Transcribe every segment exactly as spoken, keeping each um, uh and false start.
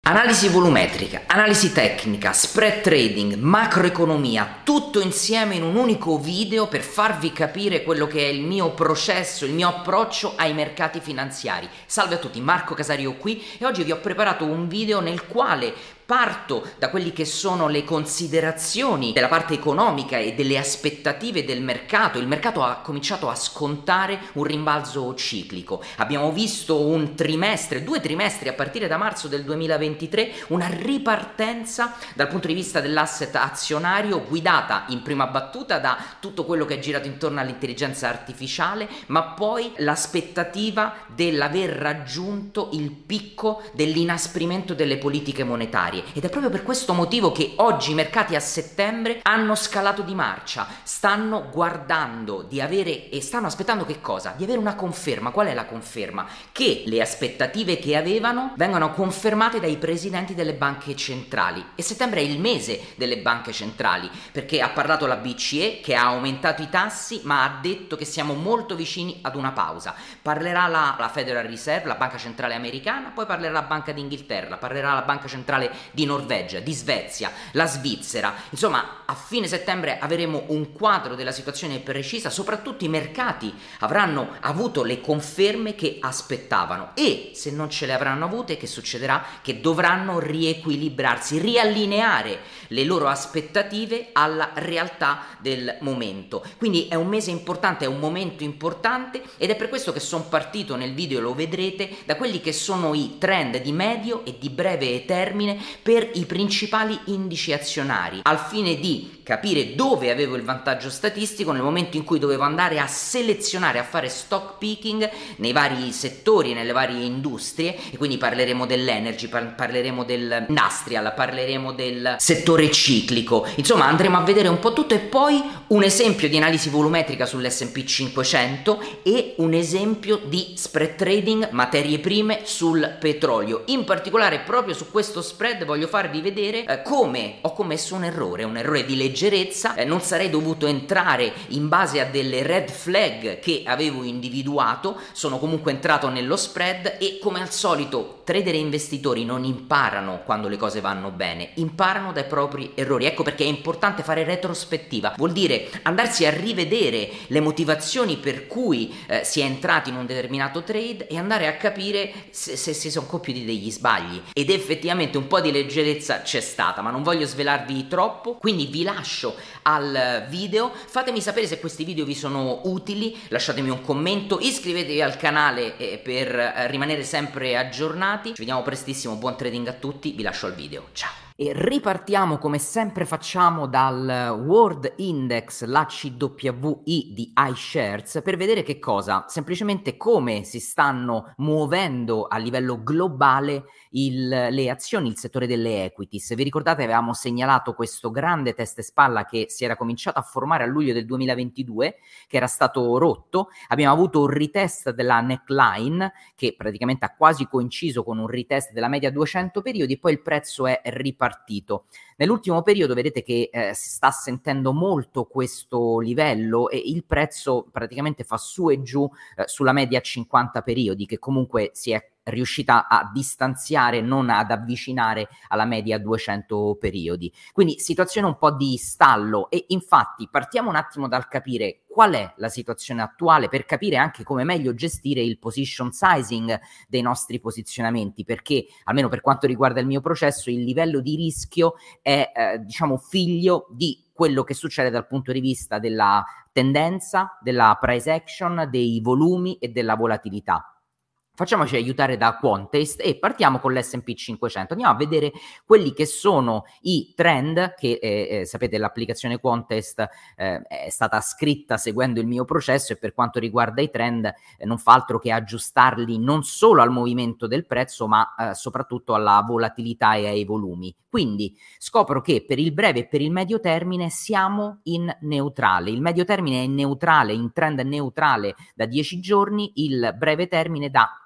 Analisi volumetrica, analisi tecnica, spread trading, macroeconomia, tutto insieme in un unico video per farvi capire quello che è il mio processo, il mio approccio ai mercati finanziari. Salve a tutti, Marco Casario qui e oggi vi ho preparato un video nel quale parto da quelli che sono le considerazioni della parte economica e delle aspettative del mercato. Il mercato ha cominciato a scontare un rimbalzo ciclico. Abbiamo visto un trimestre, due trimestri a partire da marzo del duemilaventitré, una ripartenza dal punto di vista dell'asset azionario guidata in prima battuta da tutto quello che è girato intorno all'intelligenza artificiale, ma poi l'aspettativa dell'aver raggiunto il picco dell'inasprimento delle politiche monetarie. Ed è proprio per questo motivo che oggi i mercati a settembre hanno scalato di marcia, stanno guardando di avere e stanno aspettando che cosa? Di avere una conferma. Qual è la conferma? Che le aspettative che avevano vengano confermate dai presidenti delle banche centrali. E settembre è il mese delle banche centrali, perché ha parlato la B C E che ha aumentato i tassi, ma ha detto che siamo molto vicini ad una pausa. Parlerà la, la Federal Reserve, la banca centrale americana, poi parlerà la Banca d'Inghilterra, parlerà la banca centrale di Norvegia, di Svezia, la Svizzera. Insomma, a fine settembre avremo un quadro della situazione precisa, soprattutto i mercati avranno avuto le conferme che aspettavano e se non ce le avranno avute, che succederà? Che dovranno riequilibrarsi, riallineare le loro aspettative alla realtà del momento. Quindi è un mese importante, è un momento importante ed è per questo che sono partito nel video, lo vedrete, da quelli che sono i trend di medio e di breve termine per i principali indici azionari, al fine di capire dove avevo il vantaggio statistico nel momento in cui dovevo andare a selezionare, a fare stock picking nei vari settori, nelle varie industrie, e quindi parleremo dell'energy, par- parleremo del industrial, parleremo del settore ciclico, insomma andremo a vedere un po' tutto e poi un esempio di analisi volumetrica sull'esse and pi cinquecento e un esempio di spread trading materie prime sul petrolio. In particolare proprio su questo spread voglio farvi vedere eh, come ho commesso un errore, un errore di leggerezza, eh, non sarei dovuto entrare in base a delle red flag che avevo individuato, sono comunque entrato nello spread e come al solito trader e investitori non imparano quando le cose vanno bene, imparano dai propri errori. Ecco perché è importante fare retrospettiva, vuol dire andarsi a rivedere le motivazioni per cui eh, si è entrati in un determinato trade e andare a capire se, se si sono compiuti degli sbagli, ed effettivamente un po' di leggerezza c'è stata, ma non voglio svelarvi troppo, quindi vi lascio al video. Fatemi sapere se questi video vi sono utili, lasciatemi un commento, iscrivetevi al canale eh, per eh, rimanere sempre aggiornati. Ci vediamo prestissimo, buon trading a tutti, vi lascio al video, ciao! E ripartiamo come sempre facciamo dal World Index, la C W I di iShares, per vedere che cosa, semplicemente come si stanno muovendo a livello globale il, le azioni, il settore delle equities. Vi ricordate avevamo segnalato questo grande testa e spalla che si era cominciato a formare a luglio del duemilaventidue, che era stato rotto, abbiamo avuto un retest della neckline che praticamente ha quasi coinciso con un retest della media duecento periodi e poi il prezzo è ripartito. Partito. Nell'ultimo periodo vedete che eh, si sta sentendo molto questo livello e il prezzo praticamente fa su e giù eh, sulla media cinquanta periodi, che comunque si è riuscita a distanziare, non ad avvicinare alla media duecento periodi. Quindi situazione un po' di stallo e infatti partiamo un attimo dal capire qual è la situazione attuale per capire anche come meglio gestire il position sizing dei nostri posizionamenti, perché almeno per quanto riguarda il mio processo il livello di rischio è eh, diciamo figlio di quello che succede dal punto di vista della tendenza, della price action, dei volumi e della volatilità. Facciamoci aiutare da Quantest e partiamo con l'esse and pi cinquecento. Andiamo a vedere quelli che sono i trend che eh, eh, sapete l'applicazione Quantest eh, è stata scritta seguendo il mio processo e per quanto riguarda i trend eh, non fa altro che aggiustarli non solo al movimento del prezzo ma eh, soprattutto alla volatilità e ai volumi. Quindi scopro che per il breve e per il medio termine siamo in neutrale. Il medio termine è neutrale, in trend neutrale da dieci giorni, il breve termine da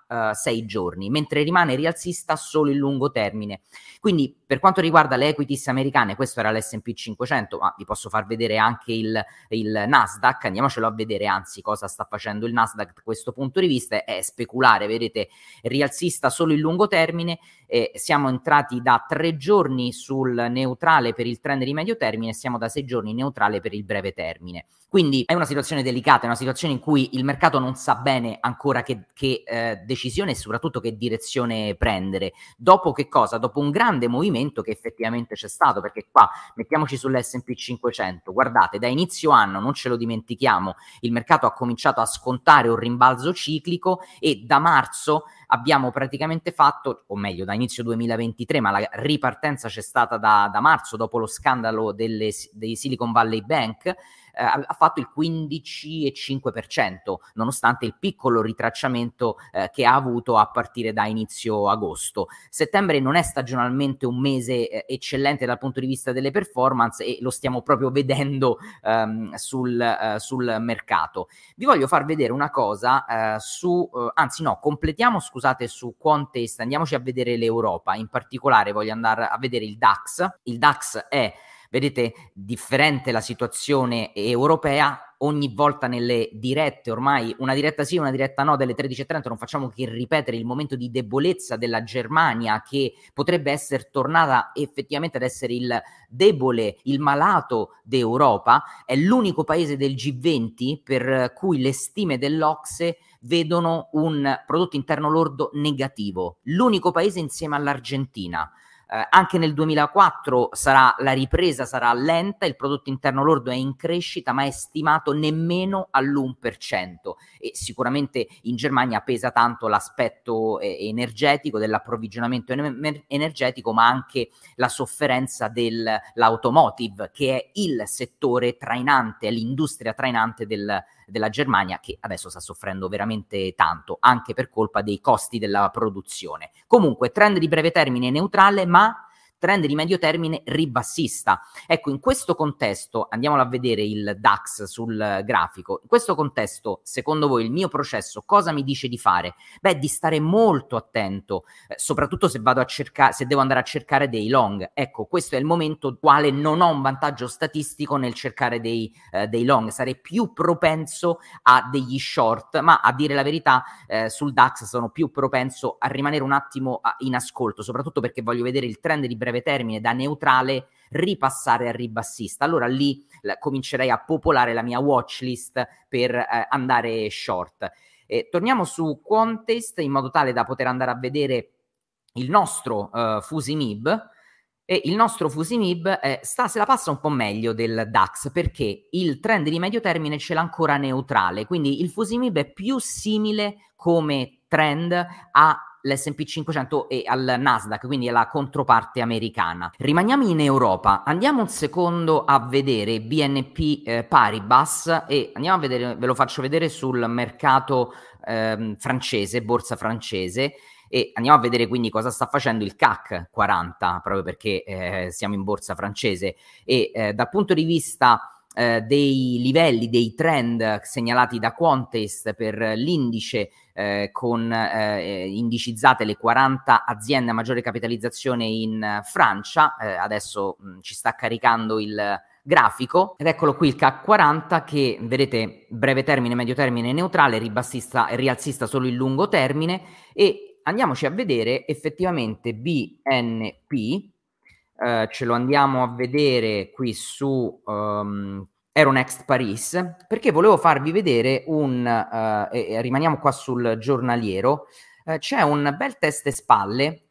uh, sei giorni, mentre rimane rialzista solo il lungo termine. Quindi per quanto riguarda le equities americane, questo era l'esse and pi cinquecento, ma vi posso far vedere anche il, il Nasdaq, andiamocelo a vedere anzi cosa sta facendo il Nasdaq da questo punto di vista, è speculare, vedete, rialzista solo il lungo termine, eh, siamo entrati da tre giorni sul neutrale per il trend di medio termine, siamo da sei giorni neutrale per il breve termine. Quindi è una situazione delicata, è una situazione in cui il mercato non sa bene ancora che, che eh, decisione e soprattutto che direzione prendere. Dopo che cosa? Dopo un grande movimento che effettivamente c'è stato, perché qua mettiamoci sull'esse and pi cinquecento, guardate, da inizio anno, non ce lo dimentichiamo, il mercato ha cominciato a scontare un rimbalzo ciclico e da marzo abbiamo praticamente fatto, o meglio da inizio duemilaventitré, ma la ripartenza c'è stata da, da marzo dopo lo scandalo delle, dei Silicon Valley Bank, eh, ha fatto il quindici virgola cinque per cento, nonostante il piccolo ritracciamento eh, che ha avuto a partire da inizio agosto. Settembre non è stagionalmente un mese eh, eccellente dal punto di vista delle performance e lo stiamo proprio vedendo ehm, sul, eh, sul mercato. Vi voglio far vedere una cosa eh, su, eh, anzi no, completiamo scusate su Quantest, andiamoci a vedere l'Europa, in particolare voglio andare a vedere il DAX. Il DAX è, vedete, differente la situazione europea. Ogni volta nelle dirette, ormai una diretta sì, una diretta no, delle tredici e trenta non facciamo che ripetere il momento di debolezza della Germania, che potrebbe essere tornata effettivamente ad essere il debole, il malato d'Europa. È l'unico paese del G venti per cui le stime dell'Ocse vedono un prodotto interno lordo negativo, l'unico paese insieme all'Argentina. Eh, anche nel duemilaquattro sarà, la ripresa sarà lenta, il prodotto interno lordo è in crescita, ma è stimato nemmeno all'uno per cento e sicuramente in Germania pesa tanto l'aspetto eh, energetico, dell'approvvigionamento ener- energetico, ma anche la sofferenza dell'automotive, che è il settore trainante, è l'industria trainante del, della Germania, che adesso sta soffrendo veramente tanto, anche per colpa dei costi della produzione. Comunque, trend di breve termine neutrale, ma trend di medio termine ribassista. Ecco, in questo contesto, andiamolo a vedere il DAX sul grafico, in questo contesto, secondo voi, il mio processo cosa mi dice di fare? Beh, di stare molto attento, eh, soprattutto se vado a cercare, se devo andare a cercare dei long. Ecco, questo è il momento in quale non ho un vantaggio statistico nel cercare dei, eh, dei long, sarei più propenso a degli short, ma a dire la verità, eh, sul DAX sono più propenso a rimanere un attimo a, in ascolto, soprattutto perché voglio vedere il trend di breve termine da neutrale ripassare a ribassista. Allora lì la, comincerei a popolare la mia watchlist per eh, andare short. Eh, torniamo su Quantest in modo tale da poter andare a vedere il nostro uh, Fusimib. E il nostro Fusimib eh, sta, se la passa un po' meglio del DAX, perché il trend di medio termine ce l'ha ancora neutrale, quindi il Fusimib è più simile come trend a l'esse and pi cinquecento e al Nasdaq, quindi alla controparte americana. Rimaniamo in Europa, andiamo un secondo a vedere B N P eh, Paribas e andiamo a vedere, ve lo faccio vedere sul mercato eh, francese, borsa francese, e andiamo a vedere quindi cosa sta facendo il C A C quaranta, proprio perché eh, siamo in borsa francese e eh, dal punto di vista eh, dei livelli, dei trend segnalati da Quantest per l'indice eh, con eh, indicizzate le quaranta aziende a maggiore capitalizzazione in uh, Francia, eh, adesso mh, ci sta caricando il grafico ed eccolo qui il C A C quaranta che vedete breve termine, medio termine neutrale, ribassista e rialzista solo il lungo termine e andiamoci a vedere effettivamente B N P, eh, ce lo andiamo a vedere qui su um, Euronext Paris, perché volevo farvi vedere un, uh, e, e rimaniamo qua sul giornaliero, uh, c'è un bel teste spalle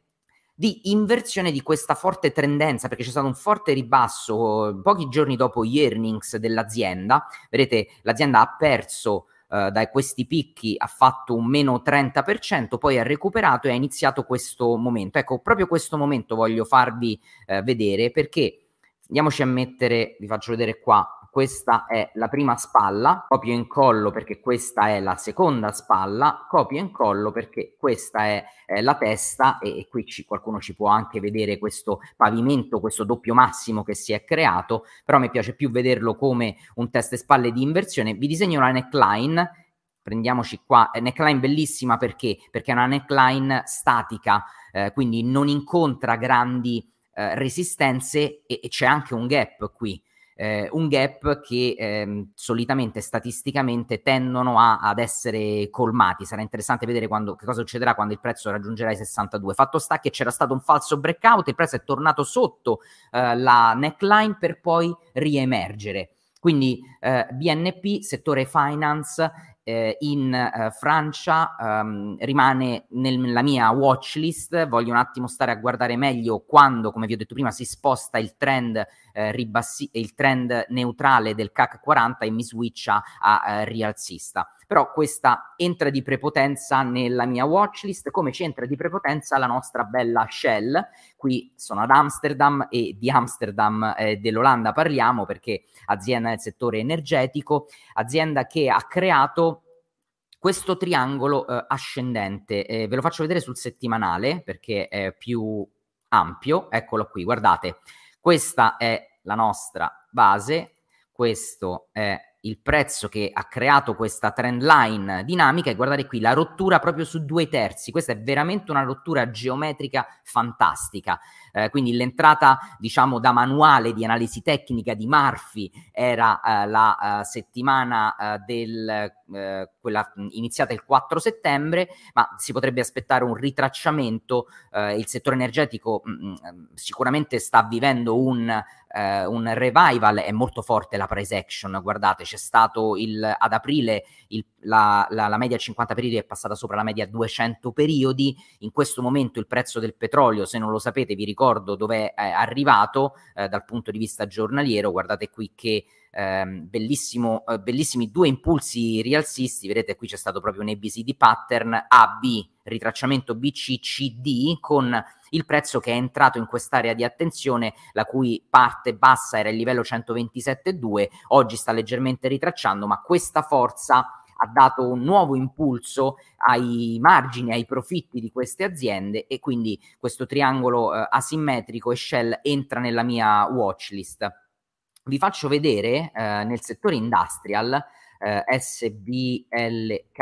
di inversione di questa forte tendenza, perché c'è stato un forte ribasso pochi giorni dopo gli earnings dell'azienda, vedete l'azienda ha perso Uh, da questi picchi, ha fatto un meno trenta per cento, poi ha recuperato e ha iniziato questo momento. Ecco, proprio questo momento voglio farvi uh, vedere, perché andiamoci a mettere, vi faccio vedere qua, questa è la prima spalla, copio e incollo perché questa è la seconda spalla, copio e incollo perché questa è eh, la testa e, e qui ci, qualcuno ci può anche vedere questo pavimento, questo doppio massimo che si è creato, però mi piace più vederlo come un testa e spalle di inversione. Vi disegno la neckline, prendiamoci qua, eh, neckline bellissima perché? Perché è una neckline statica, eh, quindi non incontra grandi eh, resistenze e, e c'è anche un gap qui. Eh, un gap che ehm, solitamente statisticamente tendono a, ad essere colmati. Sarà interessante vedere quando, che cosa succederà quando il prezzo raggiungerà i sessantadue. Fatto sta che c'era stato un falso breakout, il prezzo è tornato sotto eh, la neckline per poi riemergere. Quindi eh, B N P, settore finance, eh, in eh, Francia ehm, rimane nel, nella mia watchlist. Voglio un attimo stare a guardare meglio quando, come vi ho detto prima, si sposta il trend eh, ribassi- il trend neutrale del C A C quaranta e mi switcha a eh, rialzista. Però questa entra di prepotenza nella mia watchlist, come ci entra di prepotenza la nostra bella Shell. Qui sono ad Amsterdam e di Amsterdam eh, dell'Olanda parliamo, perché azienda nel settore energetico, azienda che ha creato questo triangolo eh, ascendente. Eh, ve lo faccio vedere sul settimanale perché è più ampio. Eccolo qui, guardate, questa è la nostra base, questo è il prezzo che ha creato questa trend line dinamica, e guardate qui la rottura proprio su due terzi. Questa è veramente una rottura geometrica fantastica. Eh, quindi l'entrata, diciamo, da manuale di analisi tecnica di Murphy era eh, la uh, settimana uh, del uh, quella iniziata il quattro settembre, ma si potrebbe aspettare un ritracciamento. Uh, il settore energetico mh, sicuramente sta vivendo un Uh, un revival, è molto forte la price action. Guardate, c'è stato il, ad aprile il, la, la, la media cinquanta periodi è passata sopra la media duecento periodi. In questo momento il prezzo del petrolio, se non lo sapete vi ricordo dove è arrivato eh, dal punto di vista giornaliero. Guardate qui che ehm, bellissimo, eh, bellissimi due impulsi rialzisti. Vedete qui c'è stato proprio un A B C D pattern, A B, ritracciamento B C C D, con il prezzo che è entrato in quest'area di attenzione, la cui parte bassa era il livello centoventisette virgola due, oggi sta leggermente ritracciando, ma questa forza ha dato un nuovo impulso ai margini, ai profitti di queste aziende, e quindi questo triangolo eh, asimmetrico e Shell entra nella mia watchlist. Vi faccio vedere eh, nel settore industrial eh, S B L K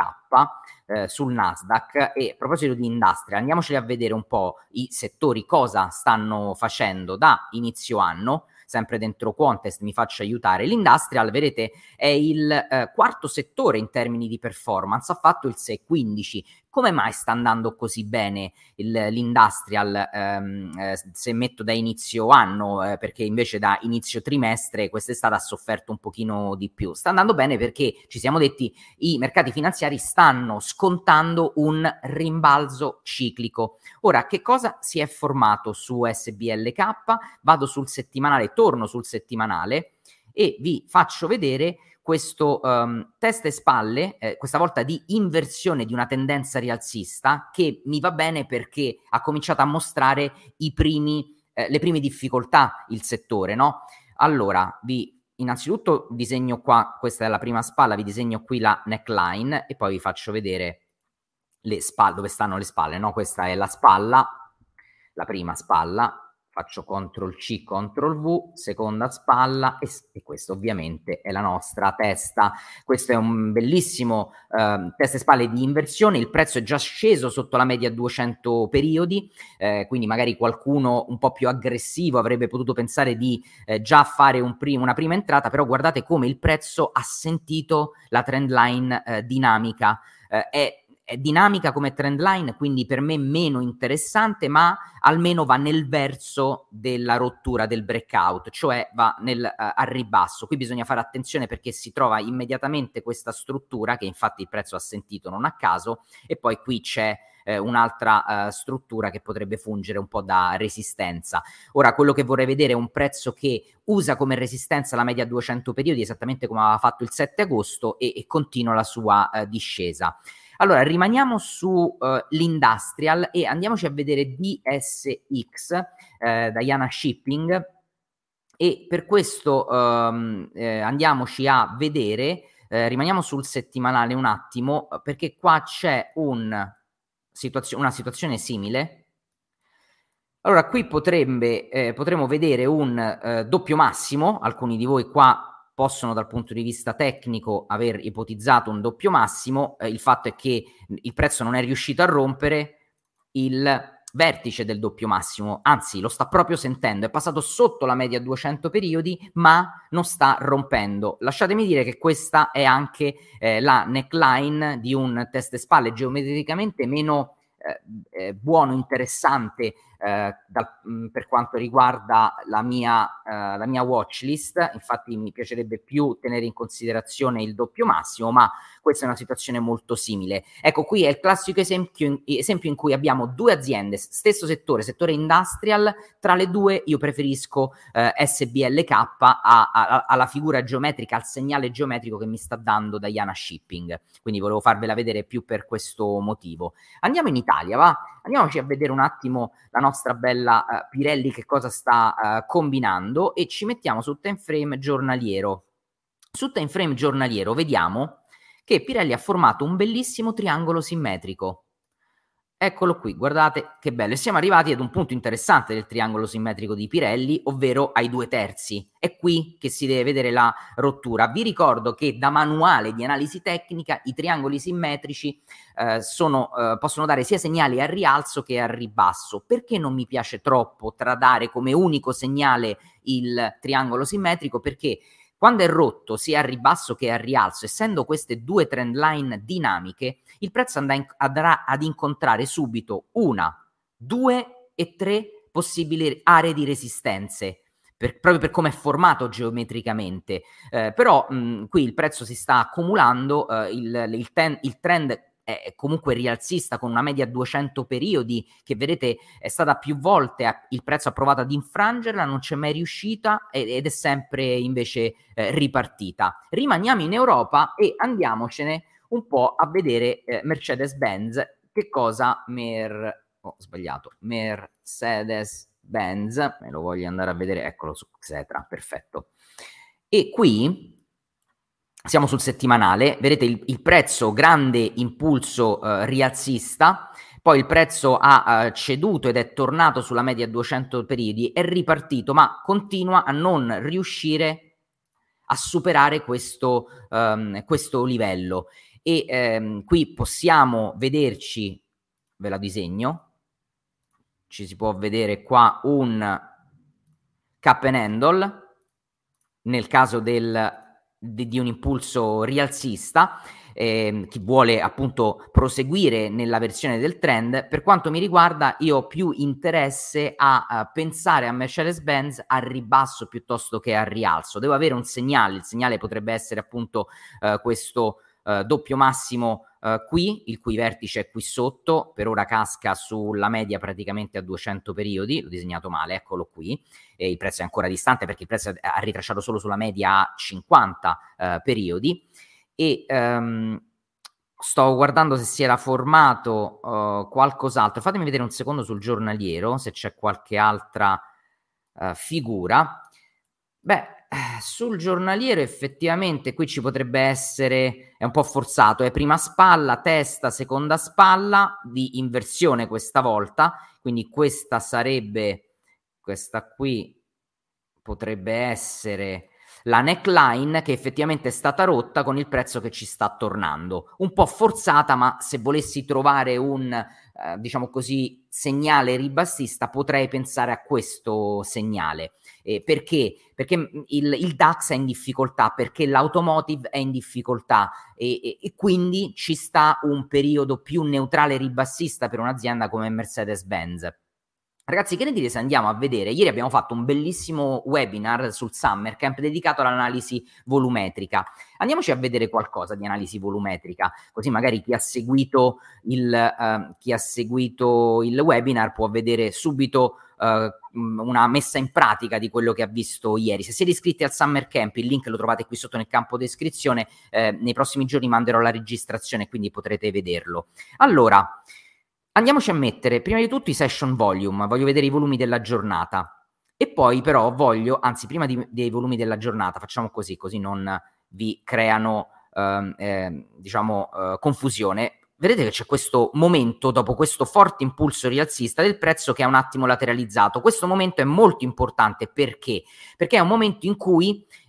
eh, sul Nasdaq. E a proposito di industrial, andiamoci a vedere un po' i settori cosa stanno facendo da inizio anno. Sempre dentro Quantest mi faccio aiutare. L'industrial, vedete, è il eh, quarto settore in termini di performance, ha fatto il sei virgola quindici. Come mai sta andando così bene il, l'industrial ehm, eh, se metto da inizio anno, eh, perché invece da inizio trimestre quest'estate ha sofferto un pochino di più? Sta andando bene perché ci siamo detti i mercati finanziari stanno scontando un rimbalzo ciclico. Ora, che cosa si è formato su S B L K? Vado sul settimanale, torno sul settimanale e vi faccio vedere questo um, testa e spalle, eh, questa volta di inversione di una tendenza rialzista, che mi va bene perché ha cominciato a mostrare i primi, eh, le prime difficoltà il settore, no? Allora, vi innanzitutto disegno qua, questa è la prima spalla, vi disegno qui la neckline e poi vi faccio vedere le spalle, dove stanno le spalle, no? Questa è la spalla, la prima spalla. Faccio control C, control V, seconda spalla, e, e questo ovviamente è la nostra testa. Questo è un bellissimo eh, testa e spalle di inversione. Il prezzo è già sceso sotto la media duecento periodi, eh, quindi magari qualcuno un po' più aggressivo avrebbe potuto pensare di eh, già fare un prim- una prima entrata, però guardate come il prezzo ha sentito la trend line eh, dinamica. Eh, è È dinamica come trend line, quindi per me meno interessante, ma almeno va nel verso della rottura del breakout, cioè va nel, uh, al ribasso. Qui bisogna fare attenzione perché si trova immediatamente questa struttura, che infatti il prezzo ha sentito non a caso, e poi qui c'è eh, un'altra uh, struttura che potrebbe fungere un po' da resistenza. Ora, quello che vorrei vedere è un prezzo che usa come resistenza la media duecento periodi, esattamente come aveva fatto il sette agosto, e, e continua la sua uh, discesa. Allora, rimaniamo su uh, l'industrial e andiamoci a vedere D S X, eh, Diana Shipping, e per questo um, eh, andiamoci a vedere, eh, rimaniamo sul settimanale un attimo, perché qua c'è un situazio- una situazione simile. Allora, qui potrebbe, eh, potremmo vedere un eh, doppio massimo. Alcuni di voi qua possono dal punto di vista tecnico aver ipotizzato un doppio massimo, eh, il fatto è che il prezzo non è riuscito a rompere il vertice del doppio massimo, anzi lo sta proprio sentendo, è passato sotto la media duecento periodi ma non sta rompendo. Lasciatemi dire che questa è anche eh, la neckline di un testa e spalle geometricamente meno eh, eh, buono, interessante eh, dal, mh, per quanto riguarda la mia, eh, la mia watchlist. Infatti mi piacerebbe più tenere in considerazione il doppio massimo, ma questa è una situazione molto simile. Ecco, qui è il classico esempio, esempio in cui abbiamo due aziende, stesso settore, settore industrial. Tra le due io preferisco eh, S B L K a, a, alla figura geometrica, al segnale geometrico che mi sta dando Diana Shipping, quindi volevo farvela vedere più per questo motivo. Andiamo in Italia, va? Andiamoci a vedere un attimo la nostra bella uh, Pirelli che cosa sta uh, combinando, e ci mettiamo sul time frame giornaliero. Sul time frame giornaliero vediamo che Pirelli ha formato un bellissimo triangolo simmetrico. Eccolo qui, guardate che bello. E siamo arrivati ad un punto interessante del triangolo simmetrico di Pirelli, ovvero ai due terzi. È qui che si deve vedere la rottura. Vi ricordo che da manuale di analisi tecnica i triangoli simmetrici eh, sono, eh, possono dare sia segnali al rialzo che al ribasso. Perché non mi piace troppo tradare come unico segnale il triangolo simmetrico? Perché quando è rotto sia al ribasso che al rialzo, essendo queste due trend line dinamiche, il prezzo andrà ad incontrare subito una, due e tre possibili aree di resistenze, per, proprio per come è formato geometricamente. Eh, però mh, qui il prezzo si sta accumulando, eh, il, il, ten, il trend è comunque rialzista con una media a duecento periodi che vedete è stata più volte, a, il prezzo ha provato ad infrangerla, non c'è mai riuscita ed è sempre invece eh, ripartita. Rimaniamo in Europa e andiamocene un po' a vedere eh, Mercedes-Benz, che cosa mer... oh, sbagliato, Mercedes-Benz, me lo voglio andare a vedere, eccolo su Xetra, perfetto. E qui siamo sul settimanale, vedete il, il prezzo, grande impulso eh, rialzista, poi il prezzo ha eh, ceduto ed è tornato sulla media duecento periodi, è ripartito, ma continua a non riuscire a superare questo, um, questo livello. E ehm, qui possiamo vederci, ve la disegno, ci si può vedere qua un cap and handle, nel caso del Di, di un impulso rialzista, eh, chi vuole appunto proseguire nella versione del trend. Per quanto mi riguarda, io ho più interesse a, a pensare a Mercedes-Benz al ribasso piuttosto che al rialzo. Devo avere un segnale, il segnale potrebbe essere appunto eh, questo eh, doppio massimo Uh, qui, il cui vertice è qui sotto, per ora casca sulla media praticamente a duecento periodi, l'ho disegnato male, eccolo qui, e il prezzo è ancora distante perché il prezzo ha ritracciato solo sulla media a cinquanta uh, periodi, e um, sto guardando se si era formato uh, qualcos'altro. Fatemi vedere un secondo sul giornaliero se c'è qualche altra uh, figura. Beh, sul giornaliero effettivamente qui ci potrebbe essere, è un po' forzato, è prima spalla, testa, seconda spalla, di inversione questa volta, quindi questa sarebbe, questa qui potrebbe essere la neckline che effettivamente è stata rotta con il prezzo che ci sta tornando. Un po' forzata, ma se volessi trovare un, eh, diciamo così, segnale ribassista potrei pensare a questo segnale. Eh, perché? Perché il, il DAX è in difficoltà, perché l'automotive è in difficoltà e, e, e quindi ci sta un periodo più neutrale ribassista per un'azienda come Mercedes-Benz. Ragazzi, che ne dite se andiamo a vedere? Ieri abbiamo fatto un bellissimo webinar sul Summer Camp dedicato all'analisi volumetrica. Andiamoci a vedere qualcosa di analisi volumetrica, così magari chi ha seguito il, uh, chi ha seguito il webinar può vedere subito uh, una messa in pratica di quello che ha visto ieri. Se siete iscritti al Summer Camp, il link lo trovate qui sotto nel campo descrizione. Eh, nei prossimi giorni manderò la registrazione, quindi potrete vederlo. Allora, andiamoci a mettere prima di tutto i session volume, voglio vedere i volumi della giornata e poi però voglio, anzi prima di, dei volumi della giornata, facciamo così, così non vi creano eh, eh, diciamo eh, confusione. Vedete che c'è questo momento, dopo questo forte impulso rialzista del prezzo, che è un attimo lateralizzato. Questo momento è molto importante perché? Perché è un momento in cui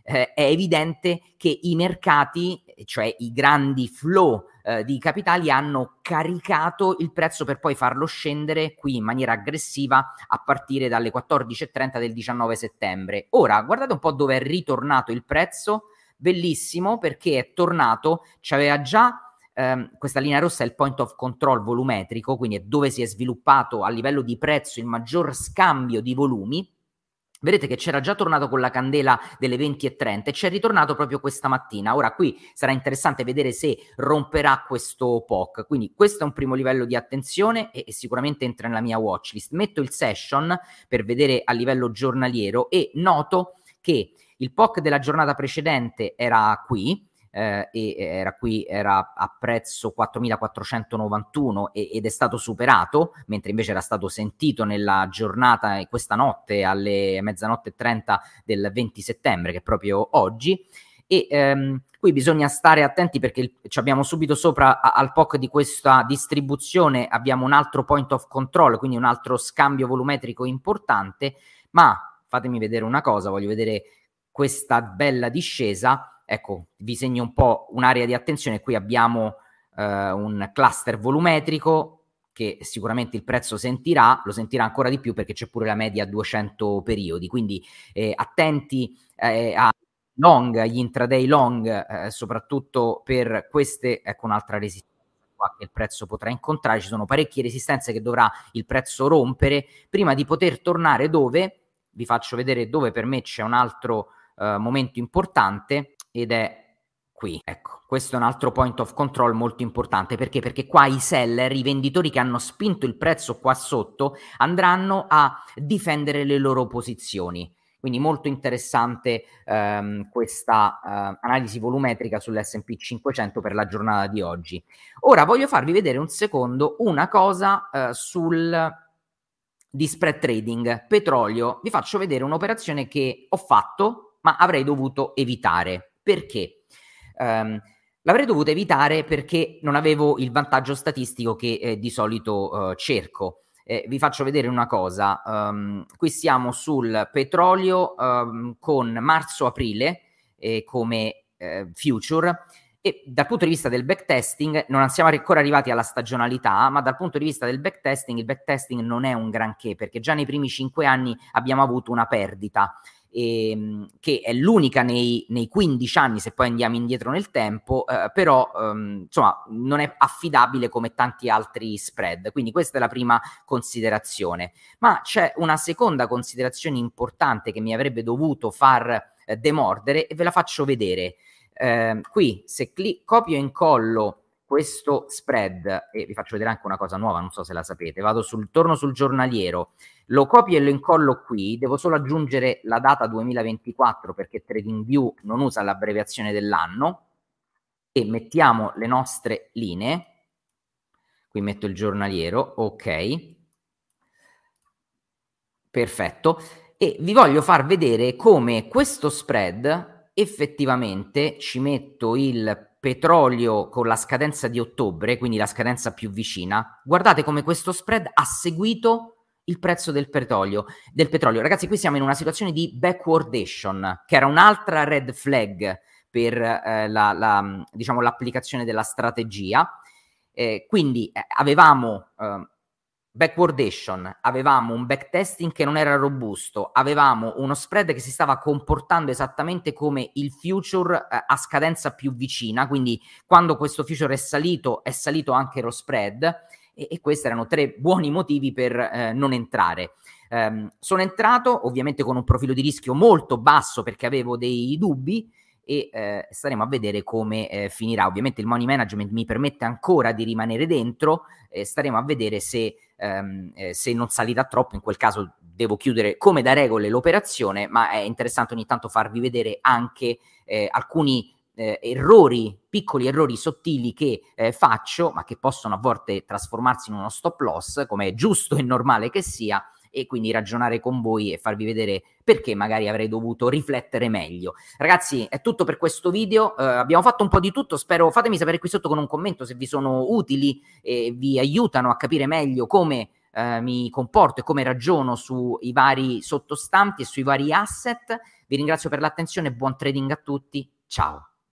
eh, è evidente che i mercati, cioè i grandi flow eh, di capitali, hanno caricato il prezzo per poi farlo scendere qui in maniera aggressiva a partire dalle quattordici e trenta del diciannove settembre. Ora, guardate un po' dove è ritornato il prezzo, bellissimo, perché è tornato, c'aveva già ehm, questa linea rossa è il point of control volumetrico, quindi è dove si è sviluppato a livello di prezzo il maggior scambio di volumi. Vedete che c'era già tornato con la candela delle venti e trenta e c'è ritornato proprio questa mattina. Ora qui sarà interessante vedere se romperà questo P O C, quindi questo è un primo livello di attenzione e, e sicuramente entra nella mia watchlist. Metto il session per vedere a livello giornaliero e noto che il P O C della giornata precedente era qui, eh, e era qui, era a prezzo quattromilaquattrocentonovantuno e, ed è stato superato, mentre invece era stato sentito nella giornata e questa notte alle mezzanotte e trenta del venti settembre, che è proprio oggi. E ehm, qui bisogna stare attenti perché il, ci abbiamo subito sopra a, al P O C di questa distribuzione abbiamo un altro point of control, quindi un altro scambio volumetrico importante, ma fatemi vedere una cosa, voglio vedere questa bella discesa. Ecco, vi segno un po' un'area di attenzione. Qui abbiamo eh, un cluster volumetrico che sicuramente il prezzo sentirà, lo sentirà ancora di più perché c'è pure la media a duecento periodi, quindi eh, attenti eh, a long, gli intraday long, eh, soprattutto per queste, ecco un'altra resistenza qua che il prezzo potrà incontrare. Ci sono parecchie resistenze che dovrà il prezzo rompere prima di poter tornare dove, vi faccio vedere dove per me c'è un altro uh, momento importante, ed è qui. Ecco, questo è un altro point of control molto importante. Perché? Perché qua i seller, i venditori che hanno spinto il prezzo qua sotto, andranno a difendere le loro posizioni. Quindi molto interessante ehm, questa eh, analisi volumetrica sull'esse and pi cinquecento per la giornata di oggi. Ora voglio farvi vedere un secondo una cosa eh, sul di spread trading, petrolio. Vi faccio vedere un'operazione che ho fatto ma avrei dovuto evitare. Perché? Um, l'avrei dovuto evitare perché non avevo il vantaggio statistico che eh, di solito uh, cerco. Eh, vi faccio vedere una cosa, um, qui siamo sul petrolio um, con marzo-aprile eh, come eh, future, e dal punto di vista del backtesting non siamo ancora arrivati alla stagionalità, ma dal punto di vista del backtesting il backtesting non è un granché, perché già nei primi cinque anni abbiamo avuto una perdita ehm, che è l'unica nei, nei quindici anni, se poi andiamo indietro nel tempo, eh, però ehm, insomma non è affidabile come tanti altri spread. Quindi questa è la prima considerazione, ma c'è una seconda considerazione importante che mi avrebbe dovuto far eh, demordere e ve la faccio vedere. Eh, qui se cli- copio e incollo questo spread, e vi faccio vedere anche una cosa nuova, non so se la sapete, vado sul, torno sul giornaliero, lo copio e lo incollo qui, devo solo aggiungere la data duemilaventiquattro perché TradingView non usa l'abbreviazione dell'anno, e mettiamo le nostre linee, qui metto il giornaliero, ok, perfetto, e vi voglio far vedere come questo spread effettivamente, ci metto il petrolio con la scadenza di ottobre, quindi la scadenza più vicina, guardate come questo spread ha seguito il prezzo del petrolio. Del petrolio. Ragazzi, qui siamo in una situazione di backwardation, che era un'altra red flag per eh, la, la, diciamo, l'applicazione della strategia. Eh, quindi eh, avevamo eh, backwardation, avevamo un backtesting che non era robusto, avevamo uno spread che si stava comportando esattamente come il future eh, a scadenza più vicina, quindi quando questo future è salito è salito anche lo spread, e, e questi erano tre buoni motivi per eh, non entrare. Um, sono entrato ovviamente con un profilo di rischio molto basso perché avevo dei dubbi, e eh, staremo a vedere come eh, finirà. Ovviamente il money management mi permette ancora di rimanere dentro, eh, staremo a vedere se, ehm, eh, se non salirà troppo, in quel caso devo chiudere come da regole l'operazione, ma è interessante ogni tanto farvi vedere anche eh, alcuni eh, errori, piccoli errori sottili che eh, faccio, ma che possono a volte trasformarsi in uno stop loss, come è giusto e normale che sia, e quindi ragionare con voi e farvi vedere perché magari avrei dovuto riflettere meglio. Ragazzi, è tutto per questo video, eh, abbiamo fatto un po' di tutto, spero, fatemi sapere qui sotto con un commento se vi sono utili e vi aiutano a capire meglio come eh, mi comporto e come ragiono sui vari sottostanti e sui vari asset. Vi ringrazio per l'attenzione, buon trading a tutti, ciao.